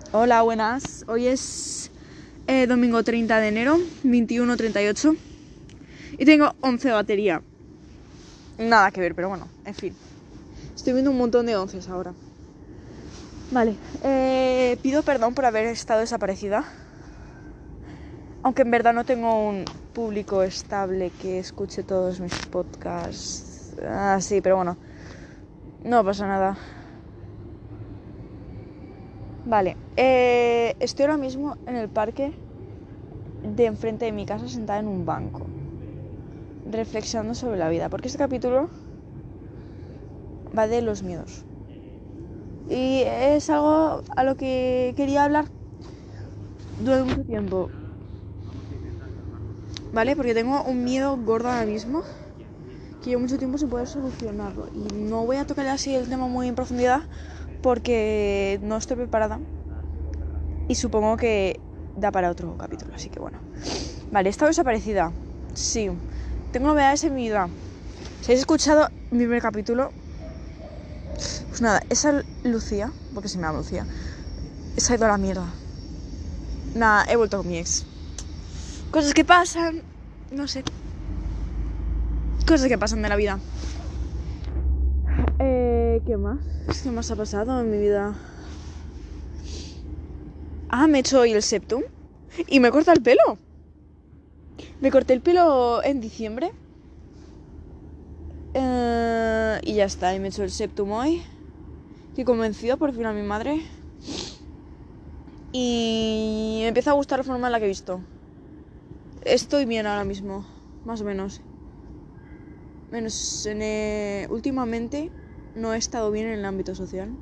Hola, buenas. Hoy es domingo 30 de enero, 21:38. Y tengo 11 de batería. Nada que ver, pero bueno, en fin. Estoy viendo un montón de 11 ahora. Vale, pido perdón por haber estado desaparecida. Aunque en verdad no tengo un público estable que escuche todos mis podcasts. Sí, pero bueno, no pasa nada. Vale, estoy ahora mismo en el parque de enfrente de mi casa sentada en un banco, reflexionando sobre la vida, porque este capítulo va de los miedos. Y es algo a lo que quería hablar durante mucho tiempo, ¿vale? Porque tengo un miedo gordo ahora mismo que llevo mucho tiempo sin poder solucionarlo. Y no voy a tocar así el tema muy en profundidad porque no estoy preparada. Y supongo que da para otro capítulo, así que bueno. Vale, he estado desaparecida. Sí. Tengo novedades en mi vida. Si habéis escuchado mi primer capítulo, pues nada, esa Lucía, porque se me llama Lucía, se ha ido a la mierda. Nada, he vuelto con mi ex. Cosas que pasan, no sé. Cosas que pasan de la vida. ¿Qué más? ¿Qué más ha pasado en mi vida? Me he hecho hoy el septum y me he cortado el pelo. Me corté el pelo en diciembre. Y ya está, y me he hecho el septum hoy. Estoy convencido por fin a mi madre. Y me empieza a gustar la forma en la que he visto. Estoy bien ahora mismo, más o menos. Últimamente no he estado bien en el ámbito social.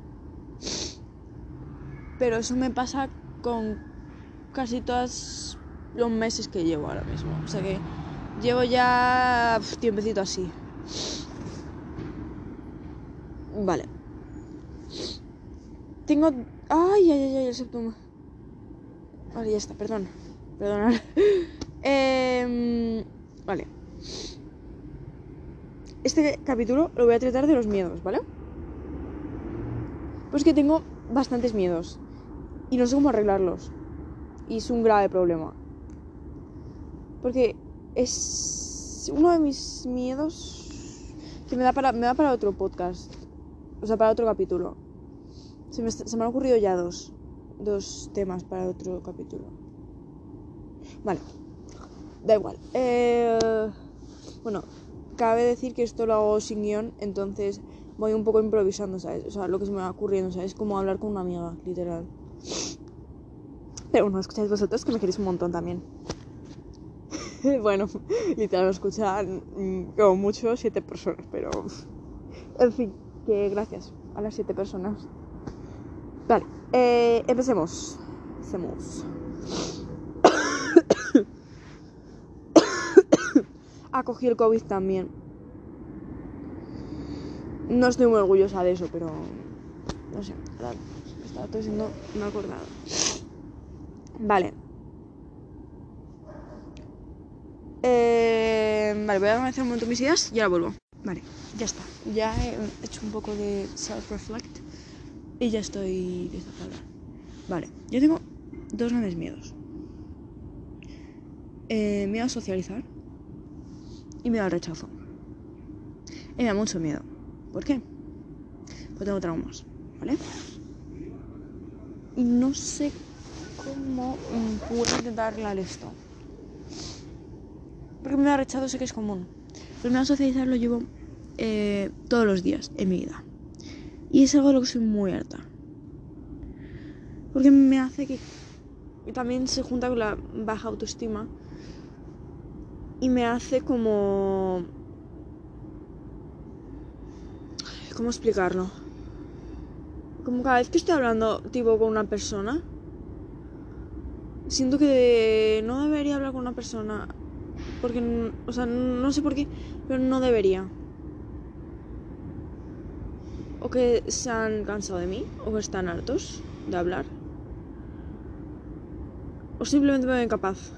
Pero eso me pasa con casi todos los meses que llevo ahora mismo. O sea que llevo ya tiempecito así. Vale. Tengo... Ay, el septum. Vale, ya está, perdón. Perdonad. Vale. Este capítulo lo voy a tratar de los miedos, ¿vale? Pues que tengo bastantes miedos y no sé cómo arreglarlos. Y es un grave problema. Porque es uno de mis miedos que me da para otro podcast. O sea, para otro capítulo. Se me han ocurrido ya dos temas para otro capítulo. Vale. Da igual. Bueno, cabe decir que esto lo hago sin guión, entonces voy un poco improvisando, ¿sabes? O sea, lo que se me va ocurriendo, ¿sabes? Es como hablar con una amiga, literal. Pero bueno, escucháis vosotros, que me queréis un montón también. Bueno, literal, lo escuchan como mucho 7 personas, pero... En fin, que gracias a las 7 personas. Vale, empecemos. Cogí el COVID también. No estoy muy orgullosa de eso, pero... No sé, estaba tosiendo, no he acordado. Vale. Vale, voy a analizar un momento mis ideas y ahora vuelvo. Vale, ya está. Ya he hecho un poco de self-reflect y ya estoy lista para hablar. Vale, yo tengo dos grandes miedos. Miedo a socializar y miedo al rechazo. Y me da mucho miedo. ¿Por qué? Pues tengo traumas, ¿vale? Y no sé cómo puedo intentar arreglar esto. Porque el miedo al rechazo sé que es común. Pero el miedo a socializar lo llevo todos los días en mi vida. Y es algo de lo que soy muy harta. Porque me hace que... También se junta con la baja autoestima. Y me hace como... ¿Cómo explicarlo? Como cada vez que estoy hablando tipo con una persona, siento que no debería hablar con una persona. Porque, o sea, no sé por qué, pero no debería. O que se han cansado de mí, o que están hartos de hablar. O simplemente me ven capaz.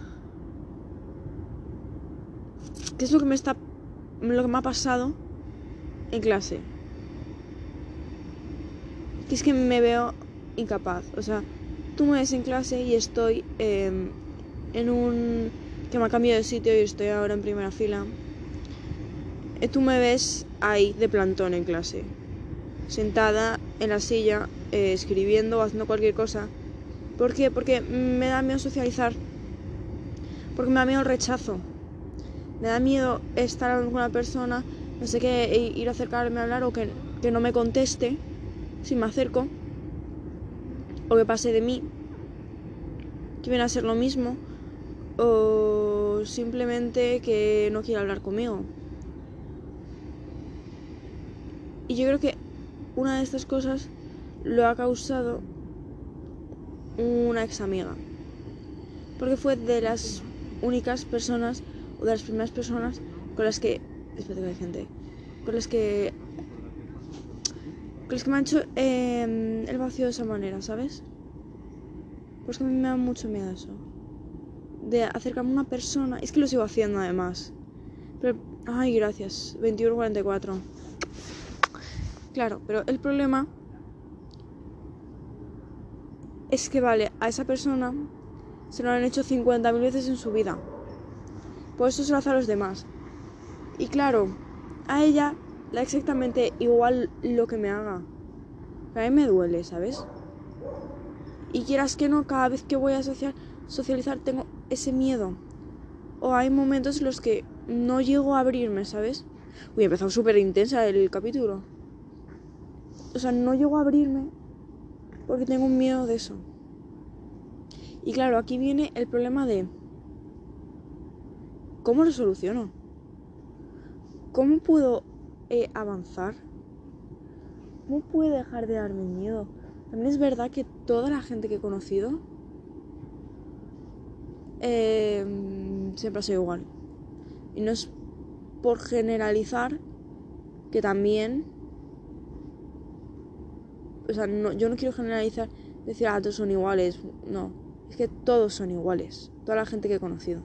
¿Qué es lo que me ha pasado en clase? Que es que me veo incapaz. O sea, tú me ves en clase y estoy en un... que me ha cambiado de sitio y estoy ahora en primera fila. Tú me ves ahí de plantón en clase, sentada en la silla, escribiendo o haciendo cualquier cosa. ¿Por qué? Porque me da miedo socializar. Porque me da miedo el rechazo. Me da miedo estar hablando con una persona, no sé qué, ir a acercarme a hablar o que no me conteste si me acerco. O que pase de mí, que viene a ser lo mismo. O simplemente que no quiera hablar conmigo. Y yo creo que una de estas cosas lo ha causado una ex amiga. Porque fue de las únicas personas, o de las primeras personas con las que... Espérate que hay gente. Con las que me han hecho el vacío de esa manera, ¿sabes? Pues que a mí me da mucho miedo eso. De acercarme a una persona... Es que lo sigo haciendo además. Pero... Ay, gracias. 21:44. Claro, pero el problema es que, vale, a esa persona se lo han hecho 50.000 veces en su vida. Por eso se lo hace a los demás. Y claro, a ella le da exactamente igual lo que me haga. A mí me duele, ¿sabes? Y quieras que no, cada vez que voy a socializar tengo ese miedo. O hay momentos en los que no llego a abrirme, ¿sabes? Uy, he empezado súper intensa el capítulo. O sea, no llego a abrirme porque tengo un miedo de eso. Y claro, aquí viene el problema de... ¿Cómo lo soluciono? ¿Cómo puedo avanzar? ¿Cómo puedo dejar de darme miedo? También es verdad que toda la gente que he conocido siempre ha sido igual. Y no es por generalizar, que también... O sea, no, yo no quiero generalizar, decir, todos son iguales. No, es que todos son iguales. Toda la gente que he conocido.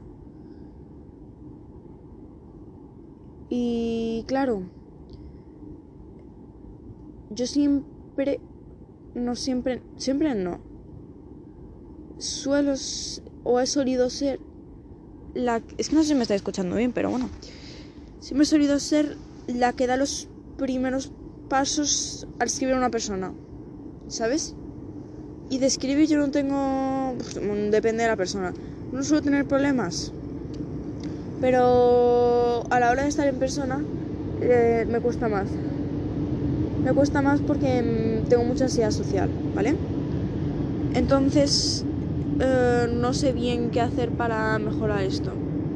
Y claro, yo siempre no. Suelo o he solido ser la... Es que no sé si me está escuchando bien, pero bueno. Siempre he solido ser la que da los primeros pasos al escribir a una persona, ¿sabes? Y de escribir yo no tengo... depende de la persona. No suelo tener problemas. Pero a la hora de estar en persona me cuesta más. Me cuesta más porque tengo mucha ansiedad social, ¿vale? Entonces no sé bien qué hacer para mejorar esto.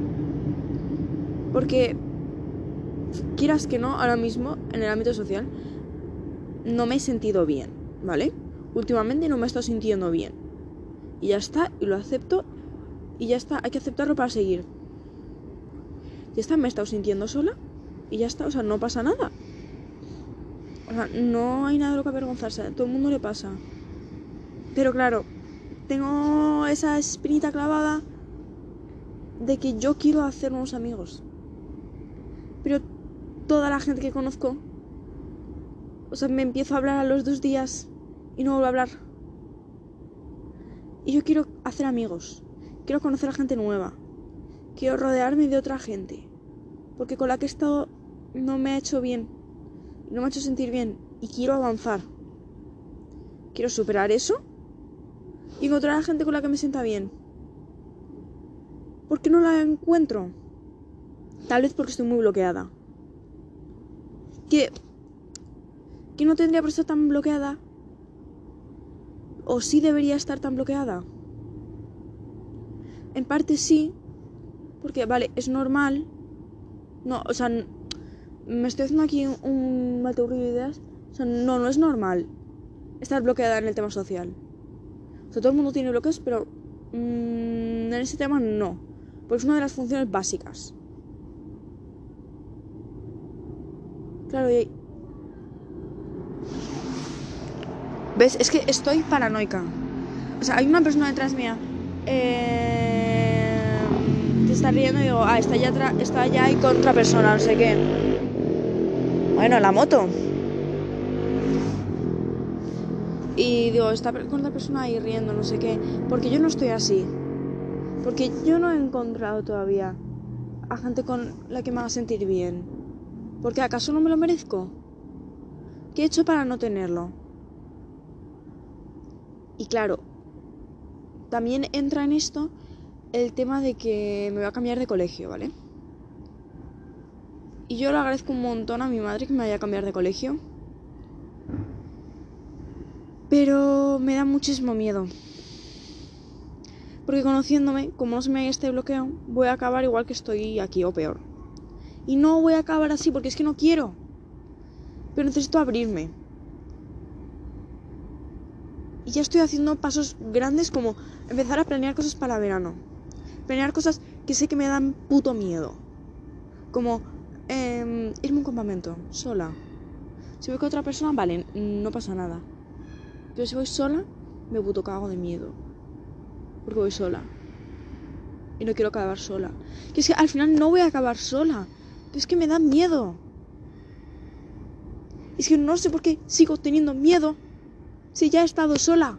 Porque quieras que no, ahora mismo en el ámbito social no me he sentido bien, ¿vale? Últimamente no me he estado sintiendo bien. Y ya está, y lo acepto. Y ya está, hay que aceptarlo para seguir. Ya está, me he estado sintiendo sola. Y ya está, o sea, no pasa nada. O sea, no hay nada de lo que avergonzarse. A todo el mundo le pasa. Pero claro, tengo esa espinita clavada de que yo quiero hacer nuevos amigos. Pero toda la gente que conozco, o sea, me empiezo a hablar a los 2 días y no vuelvo a hablar. Y yo quiero hacer amigos. Quiero conocer a gente nueva. Quiero rodearme de otra gente. Porque con la que he estado no me ha hecho bien. No me ha hecho sentir bien. Y quiero avanzar. Quiero superar eso y encontrar a gente con la que me sienta bien. ¿Por qué no la encuentro? Tal vez porque estoy muy bloqueada. Que no tendría por estar tan bloqueada. ¿O sí debería estar tan bloqueada? En parte sí. Porque, vale, es normal. No, o sea, me estoy haciendo aquí un batiburrillo de ideas. O sea, no es normal estar bloqueada en el tema social. O sea, todo el mundo tiene bloqueos, pero en ese tema no. Porque es una de las funciones básicas. Claro, y... ¿Ves? Es que estoy paranoica. O sea, hay una persona detrás mía que está riendo y digo, está ya ahí con otra persona, no sé qué. Bueno, la moto. Y digo, está con otra persona ahí riendo, no sé qué. Porque yo no estoy así. Porque yo no he encontrado todavía a gente con la que me haga sentir bien. Porque ¿acaso no me lo merezco? ¿Qué he hecho para no tenerlo? Y claro, también entra en esto el tema de que me voy a cambiar de colegio, ¿vale? Y yo le agradezco un montón a mi madre que me vaya a cambiar de colegio. Pero me da muchísimo miedo. Porque conociéndome, como no se me haya este bloqueo, voy a acabar igual que estoy aquí o peor. Y no voy a acabar así porque es que no quiero. Pero necesito abrirme. Y ya estoy haciendo pasos grandes como empezar a planear cosas para verano. Planear cosas que sé que me dan puto miedo. Como irme a un campamento, sola. Si voy con otra persona, vale, no pasa nada. Pero si voy sola, me puto cago de miedo. Porque voy sola. Y no quiero acabar sola. Que es que al final no voy a acabar sola. Pero es que me da miedo. Es que no sé por qué sigo teniendo miedo si ya he estado sola.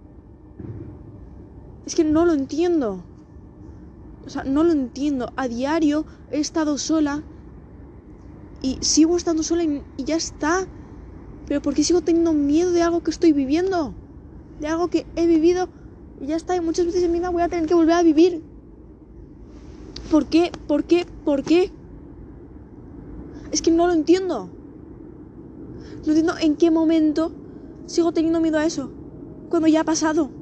Es que no lo entiendo. O sea, no lo entiendo. A diario he estado sola y sigo estando sola y ya está. Pero ¿por qué sigo teniendo miedo de algo que estoy viviendo? De algo que he vivido y ya está. Y muchas veces en mi vida voy a tener que volver a vivir. ¿Por qué? ¿Por qué? ¿Por qué? Es que no lo entiendo. No entiendo en qué momento sigo teniendo miedo a eso. Cuando ya ha pasado.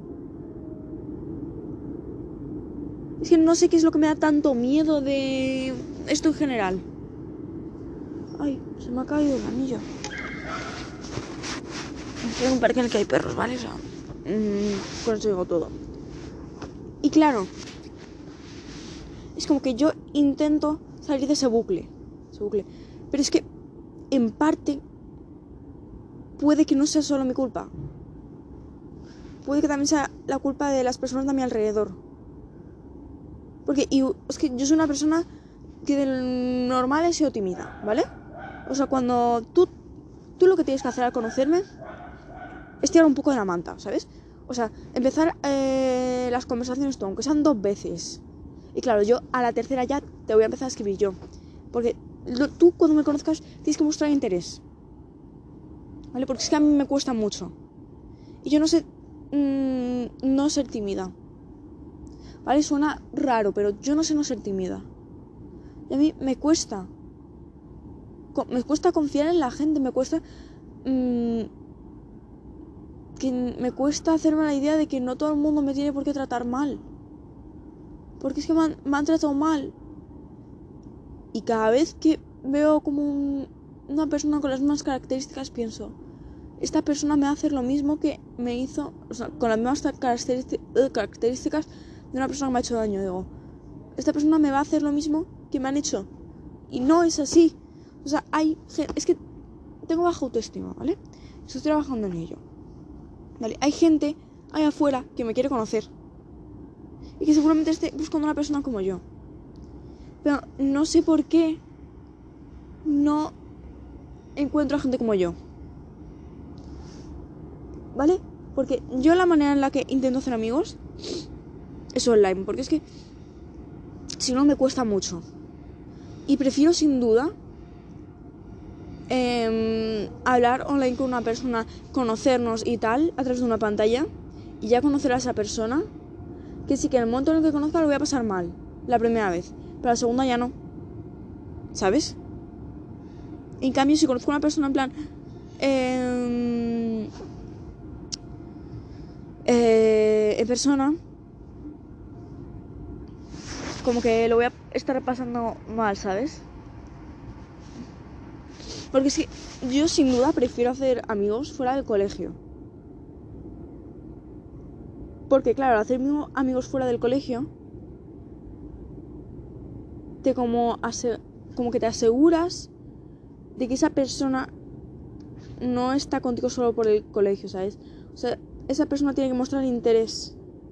Es que no sé qué es lo que me da tanto miedo de esto en general. Ay, se me ha caído el anillo. Estoy en un parque en el que hay perros, ¿vale? O sea, con eso digo todo. Y claro, es como que yo intento salir de ese bucle. Pero es que, en parte, puede que no sea solo mi culpa. Puede que también sea la culpa de las personas de mi alrededor. Porque es que yo soy una persona que del normal he sido tímida, ¿vale? O sea, cuando tú lo que tienes que hacer al conocerme es tirar un poco de la manta, ¿sabes? O sea, empezar las conversaciones tú, aunque sean 2 veces. Y claro, yo a la tercera ya te voy a empezar a escribir yo. Porque tú cuando me conozcas tienes que mostrar interés, ¿vale? Porque es que a mí me cuesta mucho. Y yo no sé no ser tímida, ¿vale? Suena raro, pero yo no sé no ser tímida. Y a mí me cuesta. Me cuesta confiar en la gente, me cuesta... que me cuesta hacerme la idea de que no todo el mundo me tiene por qué tratar mal. Porque es que me han tratado mal. Y cada vez que veo como una persona con las mismas características, pienso, esta persona me va a hacer lo mismo que me hizo, o sea, con las mismas características de una persona que me ha hecho daño. Digo, esta persona me va a hacer lo mismo que me han hecho. Y no es así. O sea, es que tengo baja autoestima, ¿vale? Estoy trabajando en ello. ¿Vale? Hay gente ahí afuera que me quiere conocer y que seguramente esté buscando una persona como yo. Pero no sé por qué no encuentro a gente como yo. ¿Vale? Porque yo la manera en la que intento hacer amigos es online. Porque es que si no me cuesta mucho. Y prefiero sin duda hablar online con una persona, conocernos y tal a través de una pantalla y ya conocer a esa persona, que sí que en el momento en el que conozca lo voy a pasar mal la primera vez, pero la segunda ya no, ¿sabes? En cambio, si conozco a una persona en plan en persona, como que lo voy a estar pasando mal, ¿sabes? Porque es que yo sin duda prefiero hacer amigos fuera del colegio. Porque claro, hacer amigos fuera del colegio como que te aseguras de que esa persona no está contigo solo por el colegio, ¿sabes? O sea, esa persona tiene que mostrar interés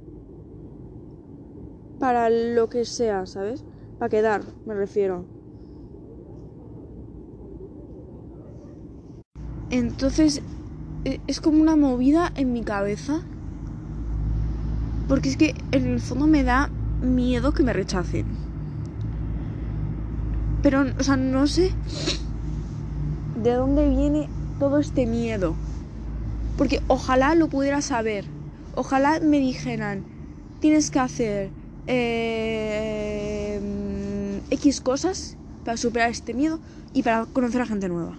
para lo que sea, ¿sabes? Para quedar, me refiero. Entonces, es como una movida en mi cabeza. Porque es que en el fondo me da miedo que me rechacen. Pero, o sea, no sé de dónde viene todo este miedo. Porque ojalá lo pudiera saber. Ojalá me dijeran, tienes que hacer X cosas para superar este miedo y para conocer a gente nueva.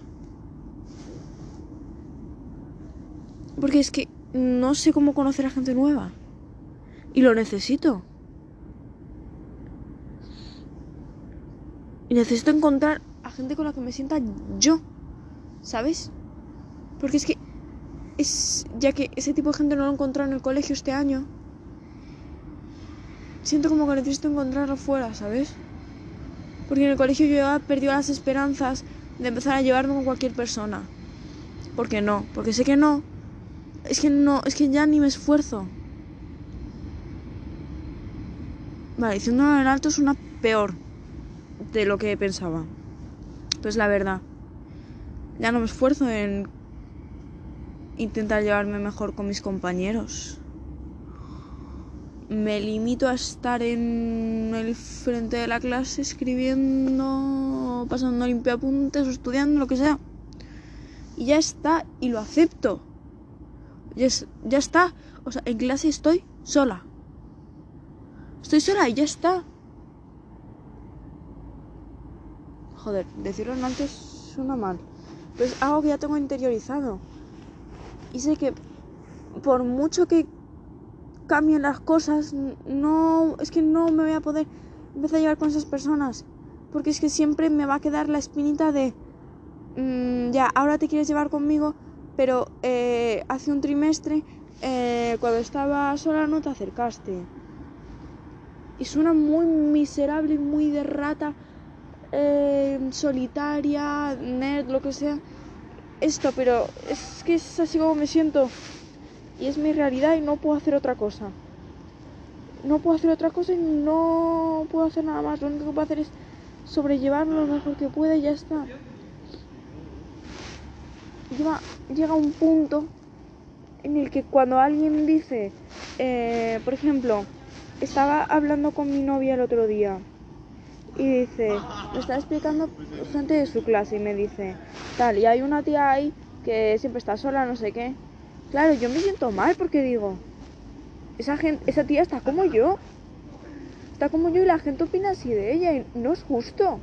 Porque es que no sé cómo conocer a gente nueva. Y lo necesito. Y necesito encontrar a gente con la que me sienta yo. ¿Sabes? Porque es que ya que ese tipo de gente no lo he encontrado en el colegio este año, siento como que necesito encontrarlo fuera, ¿sabes? Porque en el colegio yo ya perdido las esperanzas de empezar a llevarme con cualquier persona. ¿Por qué no? Porque sé que no. Es que ya ni me esfuerzo. Vale, diciéndolo en alto es una peor de lo que pensaba. Pues la verdad, ya no me esfuerzo en intentar llevarme mejor con mis compañeros. Me limito a estar en el frente de la clase escribiendo, pasando limpiapuntes o estudiando, lo que sea. Y ya está, y lo acepto. Ya está. O sea, en clase estoy sola. Estoy sola y ya está. Joder, decirlo antes suena mal. Pero es algo que ya tengo interiorizado. Y sé que por mucho que cambien las cosas, es que no me voy a poder empezar a llevar con esas personas. Porque es que siempre me va a quedar la espinita de ya, ahora te quieres llevar conmigo, pero hace un trimestre, cuando estaba sola no te acercaste. Y suena muy miserable y muy de rata, solitaria, nerd, lo que sea. Esto, pero es que es así como me siento. Y es mi realidad y no puedo hacer otra cosa. No puedo hacer otra cosa y no puedo hacer nada más. Lo único que puedo hacer es sobrellevarlo lo mejor que pueda y ya está. Llega un punto en el que cuando alguien dice, por ejemplo, estaba hablando con mi novia el otro día y dice, me está explicando gente de su clase y me dice, tal, y hay una tía ahí que siempre está sola, no sé qué. Claro, yo me siento mal porque digo, esa tía está como yo y la gente opina así de ella y no es justo.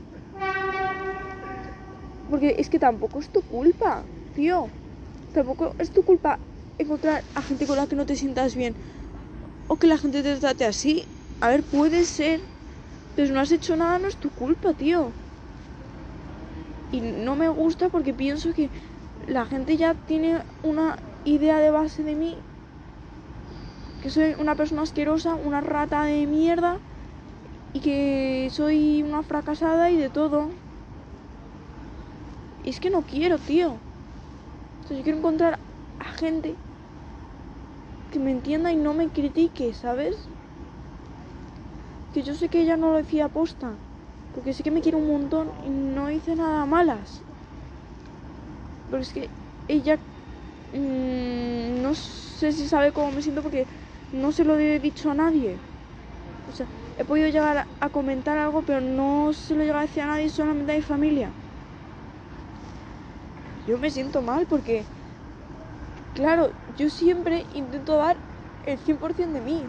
Porque es que tampoco es tu culpa, tío. Tampoco es tu culpa encontrar a gente con la que no te sientas bien o que la gente te trate así. A ver, puede ser, pero si no has hecho nada no es tu culpa, tío. Y no me gusta porque pienso que la gente ya tiene una idea de base de mí, que soy una persona asquerosa, una rata de mierda y que soy una fracasada y de todo. Y es que no quiero, tío. O sea, yo quiero encontrar a gente que me entienda y no me critique, ¿sabes? Que yo sé que ella no lo decía aposta, porque sé que me quiere un montón y no hice nada malas. Pero es que ella no sé si sabe cómo me siento porque no se lo he dicho a nadie. O sea, he podido llegar a comentar algo, pero no se lo he llegado a decir a nadie, solamente a mi familia. Yo me siento mal porque, claro, yo siempre intento dar el 100% de mí.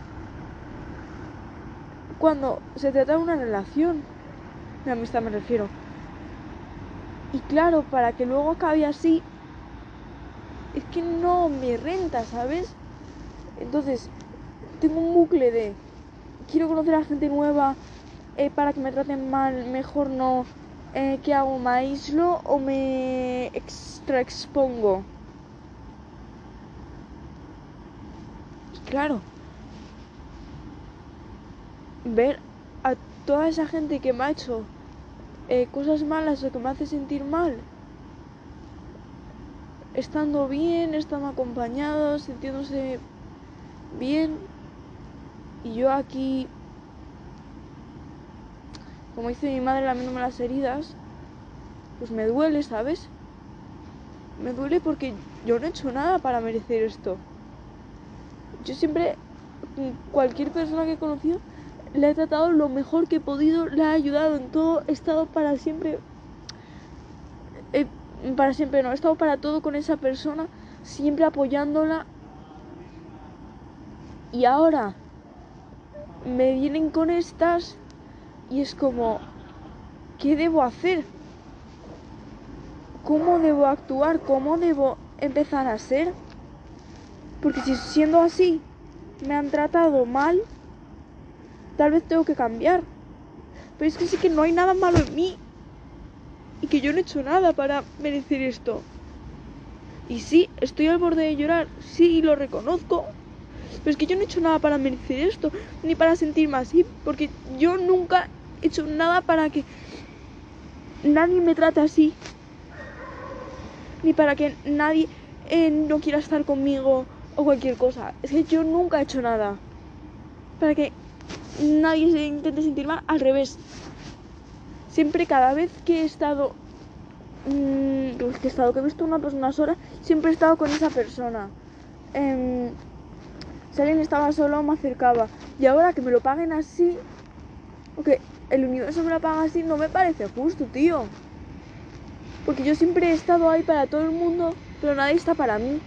Cuando se trata de una relación de amistad me refiero. Y claro, para que luego acabe así, es que no me renta, ¿sabes? Entonces, tengo un bucle de quiero conocer a gente nueva para que me traten mal, mejor no. ¿Qué hago? ¿Me aíslo o me extra expongo? Y claro, ver a toda esa gente que me ha hecho cosas malas o que me hace sentir mal, estando bien, estando acompañados, sintiéndose bien, y yo aquí, como dice mi madre, lamiéndome las heridas, pues me duele, ¿sabes? Me duele porque yo no he hecho nada para merecer esto. Yo siempre, cualquier persona que he conocido, le he tratado lo mejor que he podido, le he ayudado en todo, he estado para siempre, para siempre no, he estado para todo con esa persona, siempre apoyándola. Y ahora me vienen con estas y es como, ¿qué debo hacer? ¿Cómo debo actuar? ¿Cómo debo empezar a ser? Porque si siendo así me han tratado mal, tal vez tengo que cambiar. Pero es que sí que no hay nada malo en mí y que yo no he hecho nada para merecer esto. Y sí, estoy al borde de llorar, sí, lo reconozco. Pero es que yo no he hecho nada para merecer esto, ni para sentirme así, porque yo nunca he hecho nada para que nadie me trate así, ni para que nadie no quiera estar conmigo o cualquier cosa. Es que yo nunca he hecho nada para que nadie se intente sentir mal. Al revés, siempre, cada vez que he estado que he visto a una persona sola, siempre he estado con esa persona. Si alguien estaba solo, me acercaba. Y ahora que me lo paguen así, o que el universo me lo paga así, no me parece justo, tío. Porque yo siempre he estado ahí para todo el mundo, pero nadie está para mí.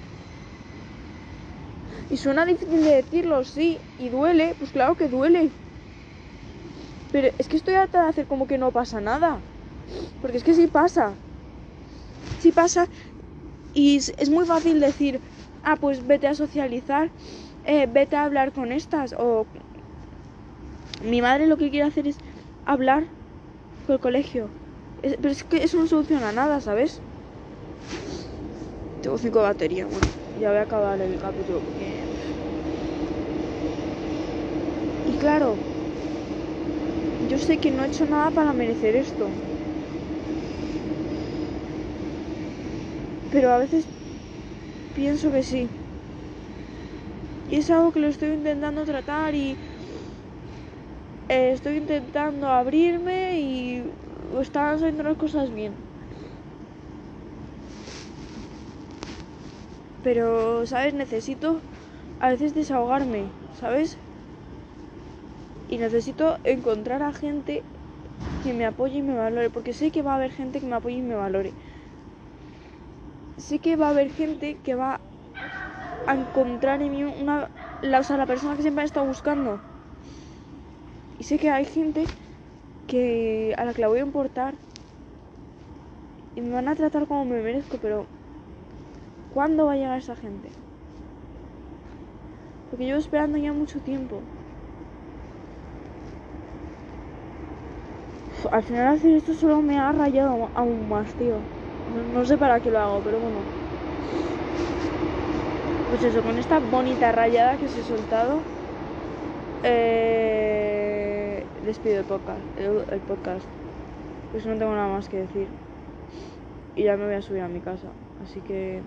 Y suena difícil de decirlo, sí, y duele, pues claro que duele. Pero es que estoy harta de hacer como que no pasa nada. Porque es que sí pasa. Sí pasa. Y es muy fácil decir, pues vete a socializar, vete a hablar con estas. O mi madre lo que quiere hacer es hablar con el colegio. Pero es que eso no soluciona nada, ¿sabes? Tengo 5 de batería, bueno, ya voy a acabar el capítulo porque... Y claro, yo sé que no he hecho nada para merecer esto. Pero a veces pienso que sí. Y es algo que lo estoy intentando tratar y... estoy intentando abrirme y están saliendo las cosas bien. Pero, ¿sabes? Necesito a veces desahogarme, ¿sabes? Y necesito encontrar a gente que me apoye y me valore. Porque sé que va a haber gente que me apoye y me valore. Sé que va a haber gente que va a encontrar en mí la persona que siempre he estado buscando. Y sé que hay gente a la que la voy a importar y me van a tratar como me merezco, pero ¿cuándo va a llegar esa gente? Porque llevo esperando ya mucho tiempo. Al final hacer esto solo me ha rayado aún más, tío. No sé para qué lo hago, pero bueno. Pues eso, con esta bonita rayada que os he soltado, despido el podcast. Pues no tengo nada más que decir. Y ya me voy a subir a mi casa. Así que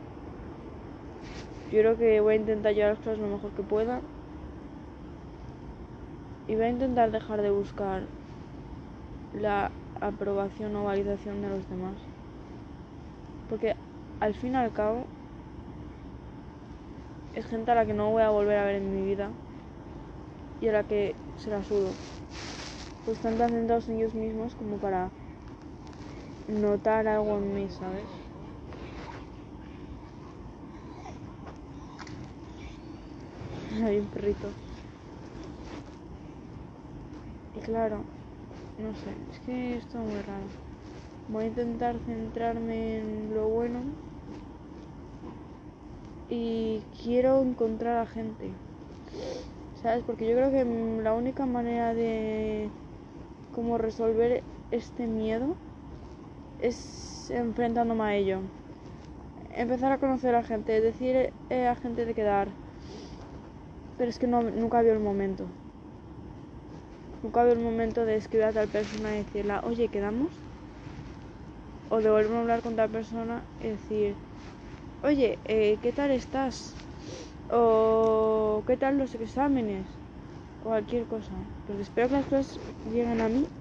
yo creo que voy a intentar llevar las cosas lo mejor que pueda. Y voy a intentar dejar de buscar la aprobación o validación de los demás. Porque al fin y al cabo es gente a la que no voy a volver a ver en mi vida y a la que se la sudo. Pues están tan centrados en ellos mismos como para notar algo en mí, ¿sabes? Hay un perrito. Y claro, no sé, es que esto es muy raro. Voy a intentar centrarme en lo bueno y quiero encontrar a gente, ¿sabes? Porque yo creo que la única manera de como resolver este miedo es enfrentándome a ello. Empezar a conocer a gente, decir a gente de quedar. Pero es que nunca había el momento. Nunca había el momento de escribir a tal persona y decirle, oye, ¿quedamos? O de volver a hablar con tal persona y decir, oye, ¿qué tal estás? O ¿qué tal los exámenes? O cualquier cosa. Porque espero que las cosas lleguen a mí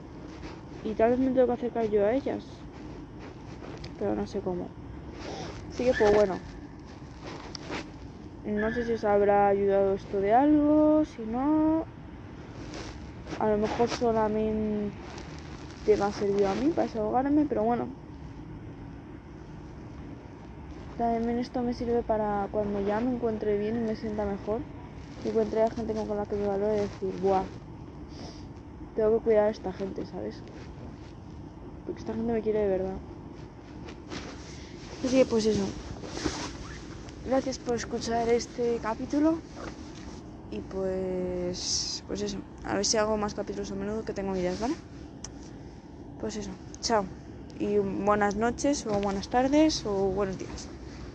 y tal vez me tengo que acercar yo a ellas, pero no sé cómo. Así que pues bueno, no sé si os habrá ayudado esto de algo, si no, a lo mejor solamente me ha servido a mí para desahogarme, pero bueno, también esto me sirve para cuando ya me encuentre bien y me sienta mejor, y encuentre a gente con la que me valore y decir, buah, tengo que cuidar a esta gente, ¿sabes? Porque esta gente me quiere de verdad. Así que pues eso, gracias por escuchar este capítulo y pues eso, a ver si hago más capítulos a menudo, que tengo ideas, ¿vale? Pues eso, chao y buenas noches o buenas tardes o buenos días.